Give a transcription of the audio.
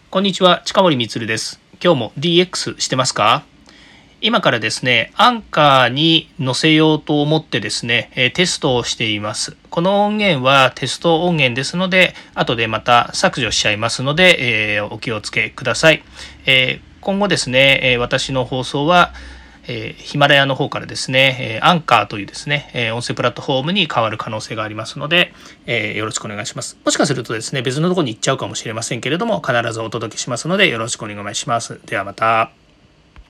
こんにちは、近森光です。今日も DX してますか？今からですね、アンカーに載せようと思ってですね、テストをしています。この音源はテスト音源ですので、後でまた削除しちゃいますので、お気をつけください。今後ですね、私の放送はヒマラヤの方からですね、アンカーというですね、音声プラットフォームに変わる可能性がありますので、よろしくお願いします。もしかするとですね、別のところに行っちゃうかもしれませんけれども、必ずお届けしますので、よろしくお願いします。ではまた。